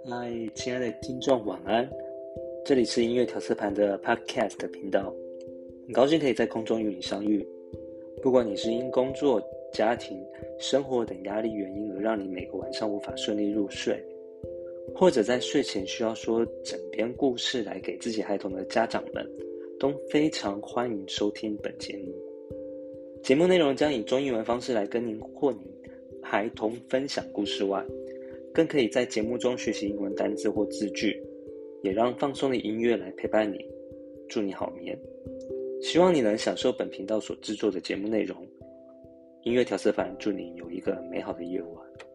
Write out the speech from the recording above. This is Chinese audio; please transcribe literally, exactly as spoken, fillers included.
嗨，亲爱的听众，晚安！这里是音乐调色盘的 Podcast 频道，很高兴可以在空中与你相遇。不管你是因工作、家庭、生活等压力原因而让你每个晚上无法顺利入睡，或者在睡前需要说枕边故事来给自己孩童的家长们，都非常欢迎收听本节目。节目内容将以中英文方式来跟您或您孩童分享故事外，更可以在节目中学习英文单字或字句，也让放松的音乐来陪伴你。祝你好眠，希望你能享受本频道所制作的节目内容。音乐调色盘祝你有一个美好的夜晚。